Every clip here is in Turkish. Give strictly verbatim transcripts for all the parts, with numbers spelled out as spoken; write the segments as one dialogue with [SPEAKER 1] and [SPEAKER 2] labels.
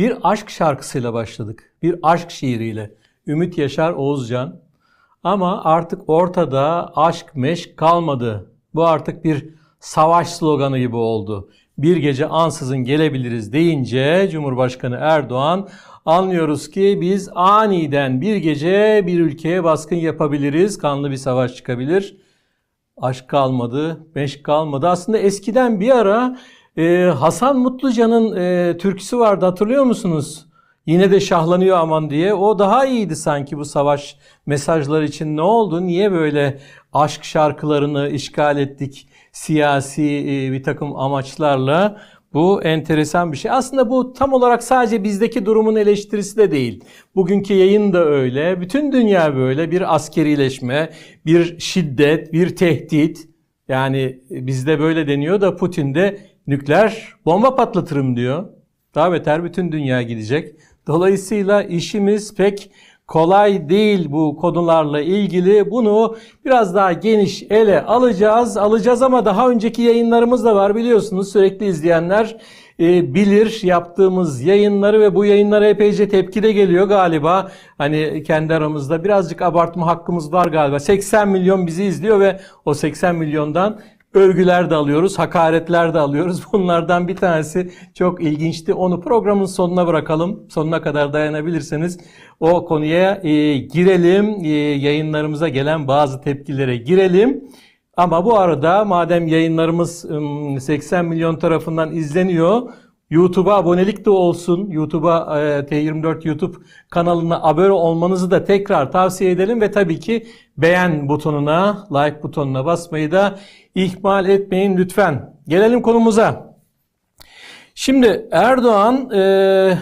[SPEAKER 1] Bir aşk şarkısıyla başladık. Bir aşk şiiriyle. Ümit Yaşar Oğuzcan. Ama artık ortada aşk meşk kalmadı. Bu artık bir savaş sloganı gibi oldu. Bir gece ansızın gelebiliriz deyince Cumhurbaşkanı Erdoğan, anlıyoruz ki biz aniden bir gece bir ülkeye baskın yapabiliriz. Kanlı bir savaş çıkabilir. Aşk kalmadı, meşk kalmadı. Aslında eskiden bir ara e, Hasan Mutlucan'ın e, türküsü vardı, hatırlıyor musunuz? Yine de şahlanıyor aman diye. O daha iyiydi sanki bu savaş mesajları için. Ne oldu? Niye böyle aşk şarkılarını işgal ettik siyasi e, bir takım amaçlarla? Bu enteresan bir şey. Aslında bu tam olarak sadece bizdeki durumun eleştirisi de değil. Bugünkü yayın da öyle. Bütün dünya böyle. Bir askerileşme, bir şiddet, bir tehdit. Yani bizde böyle deniyor da Putin de nükleer bomba patlatırım diyor. Daha beter bütün dünya gidecek. Dolayısıyla işimiz pek kolay değil bu konularla ilgili. Bunu biraz daha geniş ele alacağız. Alacağız ama daha önceki yayınlarımız da var biliyorsunuz. Sürekli izleyenler e, bilir yaptığımız yayınları ve bu yayınlara epeyce tepki de geliyor galiba. Hani kendi aramızda birazcık abartma hakkımız var galiba. seksen milyon bizi izliyor ve o seksen milyondan övgüler de alıyoruz, hakaretler de alıyoruz. Bunlardan bir tanesi çok ilginçti. Onu programın sonuna bırakalım. Sonuna kadar dayanabilirseniz o konuya e, girelim. E, yayınlarımıza gelen bazı tepkilere girelim. Ama bu arada madem yayınlarımız seksen milyon tarafından izleniyor, YouTube'a abonelik de olsun. YouTube'a e, T yirmi dört YouTube kanalına abone olmanızı da tekrar tavsiye edelim ve tabii ki beğen butonuna, like butonuna basmayı da ihmal etmeyin lütfen. Gelelim konumuza. Şimdi Erdoğan e,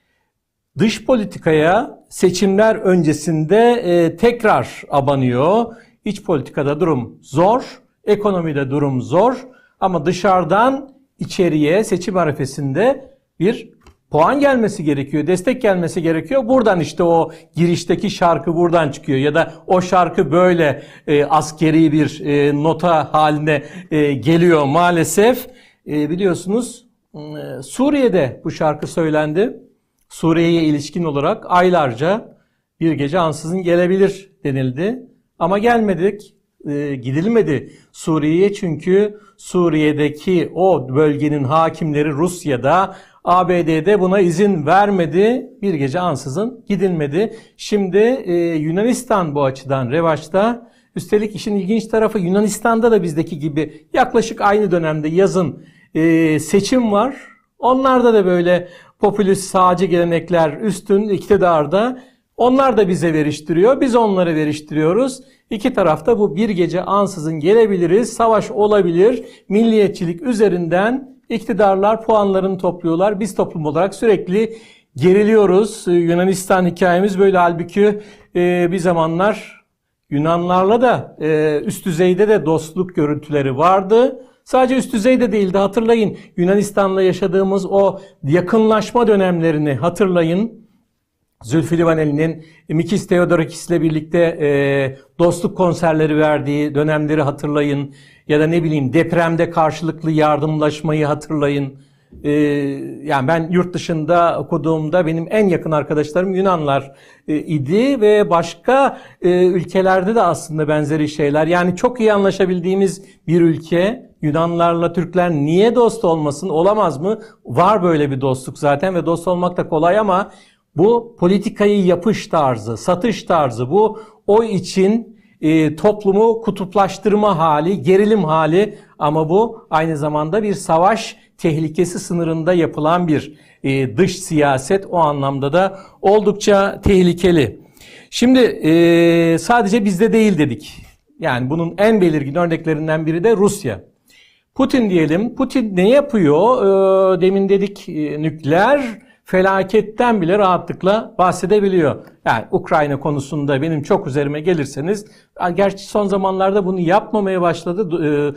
[SPEAKER 1] dış politikaya seçimler öncesinde e, tekrar abanıyor. İç politikada durum zor, ekonomide durum zor ama dışarıdan içeriye seçim arifesinde bir puan gelmesi gerekiyor, destek gelmesi gerekiyor. Buradan işte o girişteki şarkı buradan çıkıyor ya da o şarkı böyle e, askeri bir e, nota haline e, geliyor maalesef. E, biliyorsunuz e, Suriye'de bu şarkı söylendi. Suriye'ye ilişkin olarak aylarca bir gece ansızın gelebilir denildi ama gelmedik. E, gidilmedi Suriye'ye çünkü Suriye'deki o bölgenin hakimleri Rusya'da, A B D'de buna izin vermedi. Bir gece ansızın gidilmedi. Şimdi e, Yunanistan bu açıdan revaçta. Üstelik işin ilginç tarafı Yunanistan'da da bizdeki gibi yaklaşık aynı dönemde yazın e, seçim var. Onlarda da böyle popülist sağcı gelenekler üstün iktidarda. Onlar da bize veriştiriyor. Biz onları veriştiriyoruz. İki tarafta bu bir gece ansızın gelebiliriz. Savaş olabilir. Milliyetçilik üzerinden iktidarlar puanlarını topluyorlar. Biz toplum olarak sürekli geriliyoruz. Yunanistan hikayemiz böyle. Halbuki e, bir zamanlar Yunanlarla da e, üst düzeyde de dostluk görüntüleri vardı. Sadece üst düzeyde değildi. Hatırlayın Yunanistan'la yaşadığımız o yakınlaşma dönemlerini hatırlayın. Zülfü Livaneli'nin Mikis Theodorakis ile birlikte e, dostluk konserleri verdiği dönemleri hatırlayın. Ya da ne bileyim depremde karşılıklı yardımlaşmayı hatırlayın. E, yani ben yurt dışında okuduğumda benim en yakın arkadaşlarım Yunanlar e, idi ve başka e, ülkelerde de aslında benzeri şeyler. Yani çok iyi anlaşabildiğimiz bir ülke. Yunanlarla Türkler niye dost olmasın? Olamaz mı? Var böyle bir dostluk zaten ve dost olmak da kolay ama bu politikayı yapış tarzı, satış tarzı, bu o için e, toplumu kutuplaştırma hali, gerilim hali ama bu aynı zamanda bir savaş tehlikesi sınırında yapılan bir e, dış siyaset, o anlamda da oldukça tehlikeli. Şimdi e, sadece bizde değil dedik. Yani bunun en belirgin örneklerinden biri de Rusya. Putin diyelim. Putin ne yapıyor? E, demin dedik e, nükleer felaketten bile rahatlıkla bahsedebiliyor. Yani Ukrayna konusunda benim çok üzerime gelirseniz, gerçi son zamanlarda bunu yapmamaya başladı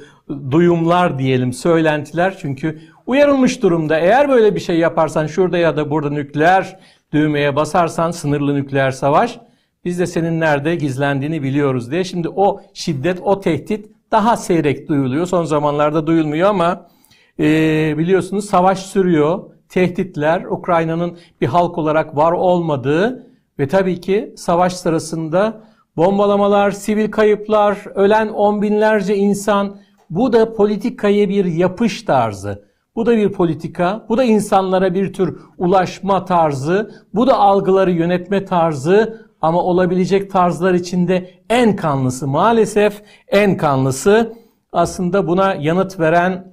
[SPEAKER 1] duyumlar diyelim, söylentiler, çünkü uyarılmış durumda. Eğer böyle bir şey yaparsan, şurada ya da burada nükleer düğmeye basarsan, sınırlı nükleer savaş, biz de senin nerede gizlendiğini biliyoruz diye. Şimdi o şiddet, o tehdit daha seyrek duyuluyor. Son zamanlarda duyulmuyor ama e, biliyorsunuz savaş sürüyor. tehditler, Ukrayna'nın bir halk olarak var olmadığı ve tabii ki savaş sırasında bombalamalar, sivil kayıplar, ölen on binlerce insan, bu da politikaya bir yapış tarzı. Bu da bir politika, bu da insanlara bir tür ulaşma tarzı, bu da algıları yönetme tarzı ama olabilecek tarzlar içinde en kanlısı, maalesef en kanlısı. Aslında buna yanıt veren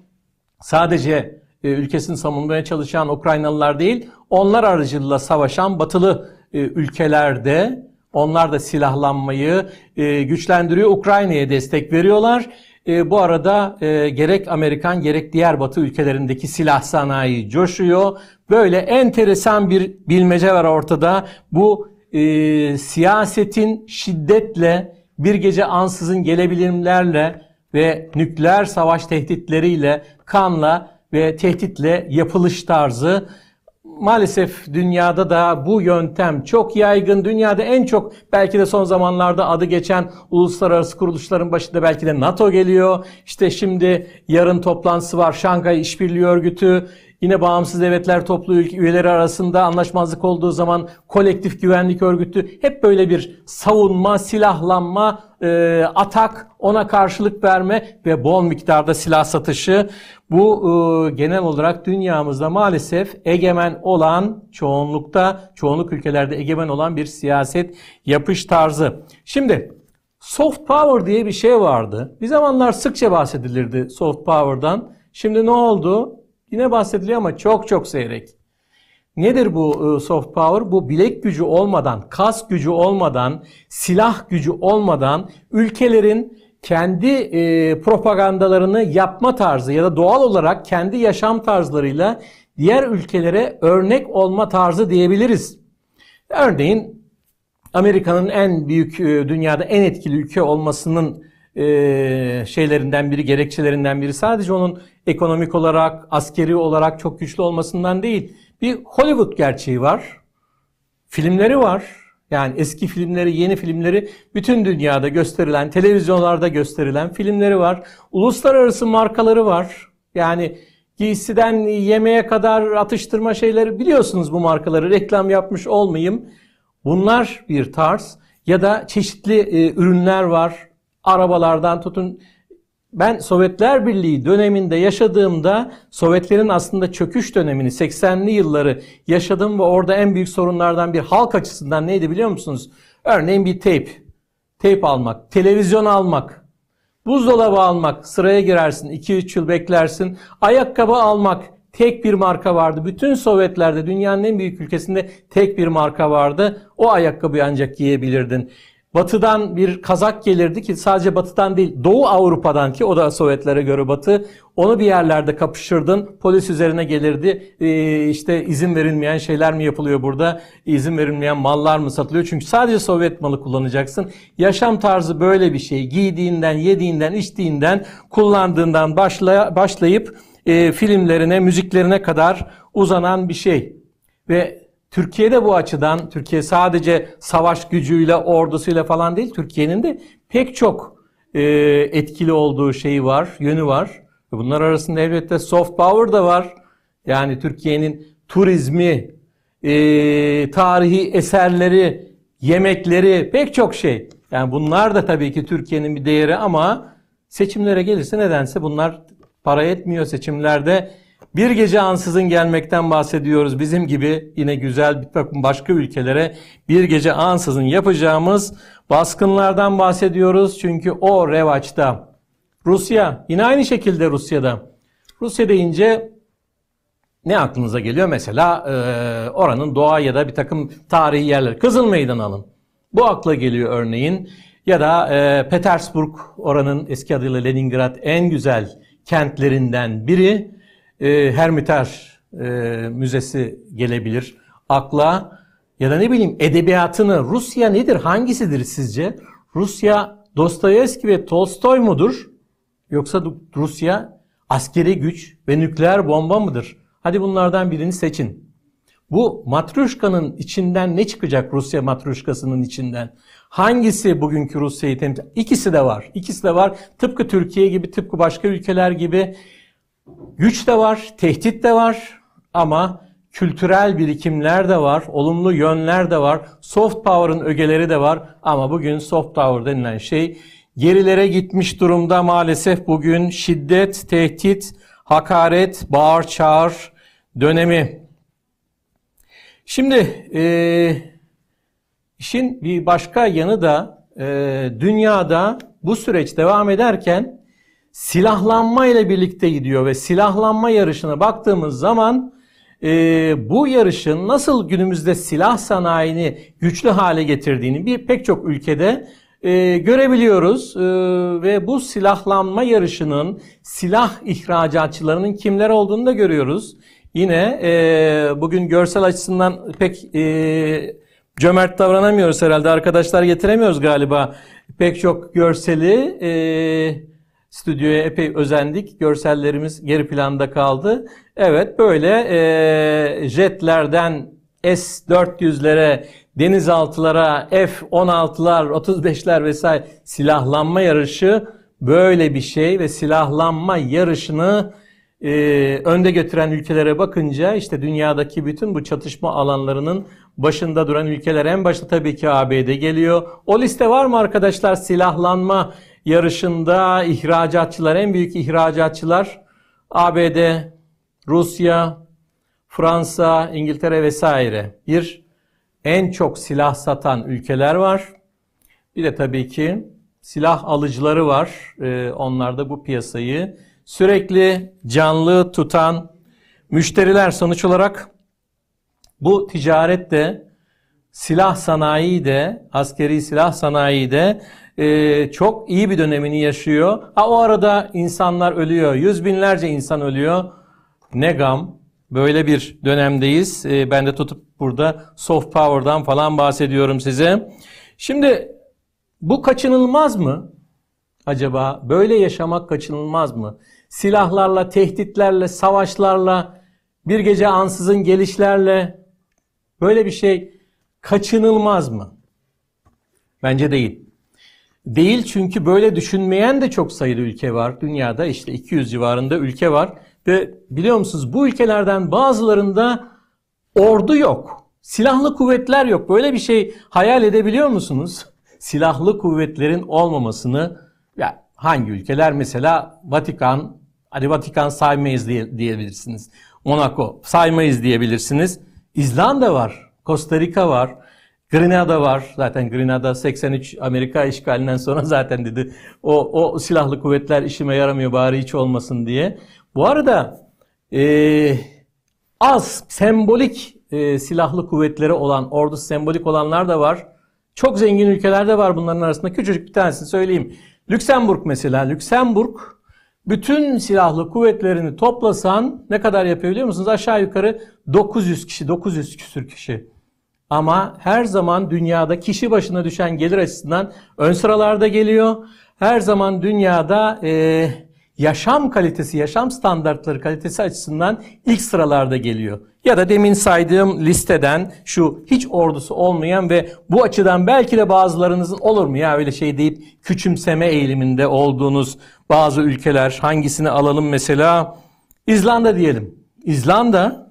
[SPEAKER 1] sadece e, ülkesini savunmaya çalışan Ukraynalılar değil, onlar aracılığıyla savaşan batılı e, ülkelerde, onlar da silahlanmayı e, güçlendiriyor, Ukrayna'ya destek veriyorlar. E, bu arada e, gerek Amerikan gerek diğer Batı ülkelerindeki silah sanayi coşuyor. Böyle enteresan bir bilmece var ortada. Bu e, siyasetin şiddetle, bir gece ansızın gelebilimlerle ve nükleer savaş tehditleriyle, kanla ve tehditle yapılış tarzı. Maalesef dünyada da bu yöntem çok yaygın. Dünyada en çok belki de son zamanlarda adı geçen uluslararası kuruluşların başında belki de NATO geliyor. İşte şimdi yarın toplantısı var. Şanghay İşbirliği Örgütü. Yine bağımsız devletler topluluğu üyeleri arasında anlaşmazlık olduğu zaman kolektif güvenlik örgütü, hep böyle bir savunma, silahlanma, e, atak, ona karşılık verme ve bol miktarda silah satışı. Bu e, genel olarak dünyamızda maalesef egemen olan, çoğunlukta, çoğunluk ülkelerde egemen olan bir siyaset yapış tarzı. Şimdi soft power diye bir şey vardı. Bir zamanlar sıkça bahsedilirdi soft power'dan. Şimdi ne oldu? Yine bahsediliyor ama çok çok seyrek. Nedir bu soft power? Bu bilek gücü olmadan, kas gücü olmadan, silah gücü olmadan ülkelerin kendi e, propagandalarını yapma tarzı ya da doğal olarak kendi yaşam tarzlarıyla diğer ülkelere örnek olma tarzı diyebiliriz. Örneğin Amerika'nın en büyük, e, dünyada en etkili ülke olmasının Ee, şeylerinden biri, gerekçelerinden biri sadece onun ekonomik olarak, askeri olarak çok güçlü olmasından değil. Bir Hollywood gerçeği var. Filmleri var. Yani eski filmleri, yeni filmleri, bütün dünyada gösterilen, televizyonlarda gösterilen filmleri var. Uluslararası markaları var. Yani giysiden yemeğe kadar atıştırma şeyleri, biliyorsunuz bu markaları, reklam yapmış olmayayım. Bunlar bir tarz ya da çeşitli e, ürünler var. Arabalardan tutun. Ben Sovyetler Birliği döneminde yaşadığımda, Sovyetlerin aslında çöküş dönemini, seksenli yılları yaşadım ve orada en büyük sorunlardan bir halk açısından neydi biliyor musunuz? Örneğin bir teyp. Teyp almak, televizyon almak, buzdolabı almak, sıraya girersin, iki üç yıl beklersin. Ayakkabı almak, tek bir marka vardı. Bütün Sovyetlerde, dünyanın en büyük ülkesinde tek bir marka vardı. O ayakkabıyı ancak giyebilirdin. Batı'dan bir kazak gelirdi ki sadece Batı'dan değil, Doğu Avrupa'dan, ki o da Sovyetlere göre Batı. Onu bir yerlerde kapışırdın. Polis üzerine gelirdi. Ee, işte izin verilmeyen şeyler mi yapılıyor burada? İzin verilmeyen mallar mı satılıyor? Çünkü sadece Sovyet malı kullanacaksın. Yaşam tarzı böyle bir şey. Giydiğinden, yediğinden, içtiğinden, kullandığından başlay- başlayıp e, filmlerine, müziklerine kadar uzanan bir şey. Ve Türkiye'de bu açıdan, Türkiye sadece savaş gücüyle, ordusuyla falan değil, Türkiye'nin de pek çok e, etkili olduğu şeyi var, yönü var. Bunlar arasında elbette soft power da var. Yani Türkiye'nin turizmi, e, tarihi eserleri, yemekleri, pek çok şey. Yani bunlar da tabii ki Türkiye'nin bir değeri ama seçimlere gelirse nedense bunlar para etmiyor seçimlerde. Bir gece ansızın gelmekten bahsediyoruz. Bizim gibi yine güzel bir takım başka ülkelere bir gece ansızın yapacağımız baskınlardan bahsediyoruz. Çünkü o revaçta. Rusya, yine aynı şekilde Rusya'da. Rusya deyince ne aklınıza geliyor? Mesela e, oranın doğa ya da bir takım tarihi yerler. Kızıl Meydan alın. Bu akla geliyor örneğin. Ya da e, Petersburg, oranın eski adıyla Leningrad, en güzel kentlerinden biri. E, Hermitage e, Müzesi gelebilir akla. Ya da ne bileyim, edebiyatını. Rusya nedir? Hangisidir sizce? Rusya Dostoyevski ve Tolstoy mudur? Yoksa Rusya askeri güç ve nükleer bomba mıdır? Hadi bunlardan birini seçin. Bu matruşkanın içinden ne çıkacak, Rusya matruşkasının içinden? Hangisi bugünkü Rusya'yı temsil ediyor? İkisi de var. İkisi de var. Tıpkı Türkiye gibi, tıpkı başka ülkeler gibi. Güç de var, tehdit de var ama kültürel birikimler de var, olumlu yönler de var, soft power'ın ögeleri de var. Ama bugün soft power denilen şey gerilere gitmiş durumda maalesef. Bugün şiddet, tehdit, hakaret, bağır çağır dönemi. Şimdi e, işin bir başka yanı da e, dünyada bu süreç devam ederken silahlanma ile birlikte gidiyor ve silahlanma yarışına baktığımız zaman e, bu yarışın nasıl günümüzde silah sanayini güçlü hale getirdiğini bir pek çok ülkede e, görebiliyoruz e, ve bu silahlanma yarışının silah ihracatçılarının kimler olduğunu da görüyoruz. Yine e, bugün görsel açısından pek e, cömert davranamıyoruz herhalde. Arkadaşlar getiremiyoruz galiba. Pek çok görseli e, stüdyoya epey özendik. Görsellerimiz geri planda kaldı. Evet, böyle e, jetlerden S dört yüzlere, denizaltılara, F on altılar, otuz beşler vesaire silahlanma yarışı böyle bir şey ve silahlanma yarışını e, önde götüren ülkelere bakınca işte dünyadaki bütün bu çatışma alanlarının başında duran ülkeler, en başta tabii ki A B D geliyor. O liste var mı arkadaşlar? Silahlanma yarışında ihracatçılar, en büyük ihracatçılar A B D, Rusya, Fransa, İngiltere vesaire. Bir, en çok silah satan ülkeler var. Bir de tabii ki silah alıcıları var. Ee, onlar da bu piyasayı sürekli canlı tutan müşteriler. Sonuç olarak bu ticaret de, silah sanayi de, askeri silah sanayi de e, çok iyi bir dönemini yaşıyor. Ha, o arada insanlar ölüyor. Yüz binlerce insan ölüyor. Ne gam. Böyle bir dönemdeyiz. E, ben de tutup burada soft power'dan falan bahsediyorum size. Şimdi bu kaçınılmaz mı? Acaba böyle yaşamak kaçınılmaz mı? Silahlarla, tehditlerle, savaşlarla, bir gece ansızın gelişlerle böyle bir şey kaçınılmaz mı? Bence değil. Değil, çünkü böyle düşünmeyen de çok sayıda ülke var. Dünyada işte iki yüz civarında ülke var. Ve biliyor musunuz, bu ülkelerden bazılarında ordu yok. Silahlı kuvvetler yok. Böyle bir şey hayal edebiliyor musunuz? Silahlı kuvvetlerin olmamasını, ya hangi ülkeler? Mesela Vatikan, hadi Vatikan saymayız diye, diyebilirsiniz. Monaco saymayız diyebilirsiniz. İzlanda var, Costa Rica var, Grenada var. Zaten Grenada seksen üç Amerika işgalinden sonra zaten dedi o, o silahlı kuvvetler işime yaramıyor, bari hiç olmasın diye. Bu arada e, az sembolik e, silahlı kuvvetleri olan, ordusu sembolik olanlar da var. Çok zengin ülkeler de var bunların arasında. Küçücük bir tanesini söyleyeyim. Lüksemburg mesela. Lüksemburg bütün silahlı kuvvetlerini toplasan ne kadar yapıyor biliyor musunuz? Aşağı yukarı dokuz yüz kişi, dokuz yüz küsür kişi. Ama her zaman dünyada kişi başına düşen gelir açısından ön sıralarda geliyor. Her zaman dünyada e, yaşam kalitesi, yaşam standartları kalitesi açısından ilk sıralarda geliyor. Ya da demin saydığım listeden şu hiç ordusu olmayan ve bu açıdan belki de bazılarınızın olur mu ya öyle şey deyip küçümseme eğiliminde olduğunuz bazı ülkeler, hangisini alalım mesela? İzlanda diyelim. İzlanda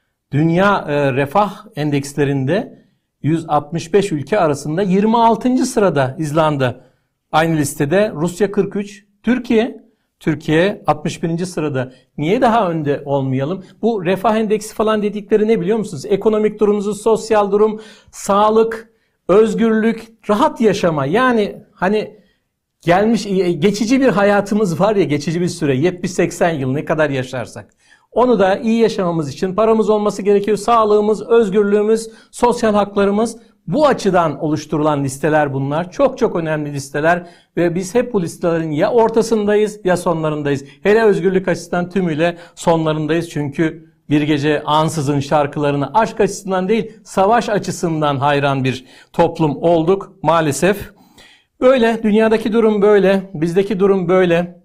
[SPEAKER 1] dünya e, refah endekslerinde yüz altmış beş ülke arasında yirmi altıncı sırada İzlanda. Aynı listede Rusya kırk üç, Türkiye Türkiye altmış birinci sırada. Niye daha önde olmayalım? Bu refah endeksi falan dedikleri ne biliyor musunuz? Ekonomik durumunuzu, sosyal durum, sağlık, özgürlük, rahat yaşama. Yani hani gelmiş geçici bir hayatımız var ya, geçici bir süre, yetmiş seksen yıl ne kadar yaşarsak. Onu da iyi yaşamamız için paramız olması gerekiyor. Sağlığımız, özgürlüğümüz, sosyal haklarımız. Bu açıdan oluşturulan listeler bunlar. Çok çok önemli listeler ve biz hep bu listelerin ya ortasındayız ya sonlarındayız. Hele özgürlük açısından tümüyle sonlarındayız. Çünkü bir gece ansızın şarkılarını aşk açısından değil, savaş açısından hayran bir toplum olduk maalesef. Böyle, dünyadaki durum böyle, bizdeki durum böyle.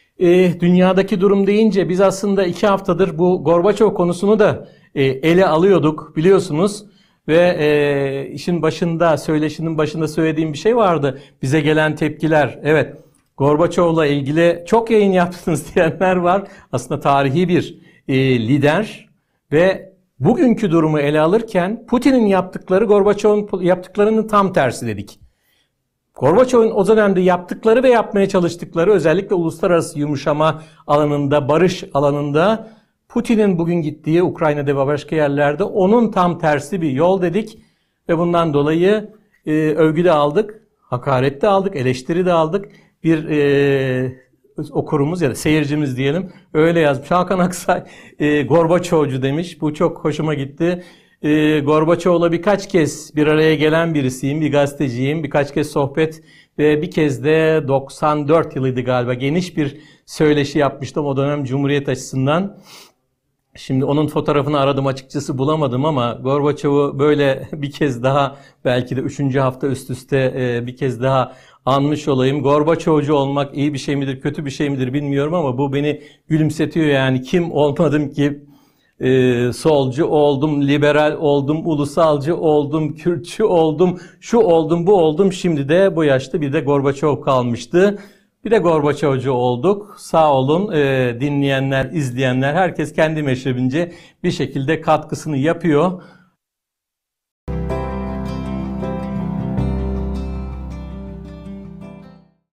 [SPEAKER 1] E, dünyadaki durum deyince biz aslında iki haftadır bu Gorbaçov konusunu da e, ele alıyorduk biliyorsunuz. Ve e, işin başında, söyleşinin başında söylediğim bir şey vardı. Bize gelen tepkiler, evet Gorbaçov'la ilgili çok yayın yaptınız diyenler var. Aslında tarihi bir e, lider ve bugünkü durumu ele alırken Putin'in yaptıkları Gorbaçov'un yaptıklarının tam tersi dedik. Gorbaçov'un o dönemde yaptıkları ve yapmaya çalıştıkları, özellikle uluslararası yumuşama alanında, barış alanında, Putin'in bugün gittiği Ukrayna'da ve başka yerlerde onun tam tersi bir yol dedik. Ve bundan dolayı e, övgü de aldık, hakaret de aldık, eleştiri de aldık. Bir e, okurumuz ya da seyircimiz diyelim öyle yazmış. Hakan Aksay e, Gorbaçovcu demiş. Bu çok hoşuma gitti. E, Gorbaçov'la birkaç kez bir araya gelen birisiyim, bir gazeteciyim. Birkaç kez sohbet ve bir kez de doksan dört yılıydı galiba. Geniş bir söyleşi yapmıştım o dönem Cumhuriyet açısından. Şimdi onun fotoğrafını aradım, açıkçası bulamadım ama Gorbaçov'u böyle bir kez daha, belki de üçüncü hafta üst üste bir kez daha anmış olayım. Gorbaçovcu olmak iyi bir şey midir, kötü bir şey midir bilmiyorum ama bu beni gülümsetiyor yani. Kim olmadım ki? Ee, solcu oldum, liberal oldum, ulusalcı oldum, Kürtçü oldum, şu oldum, bu oldum. Şimdi de bu yaşta bir de Gorbaçov kalmıştı. Bir de Gorbaçovcu olduk. Sağ olun e, dinleyenler, izleyenler, herkes kendi meşrebince bir şekilde katkısını yapıyor.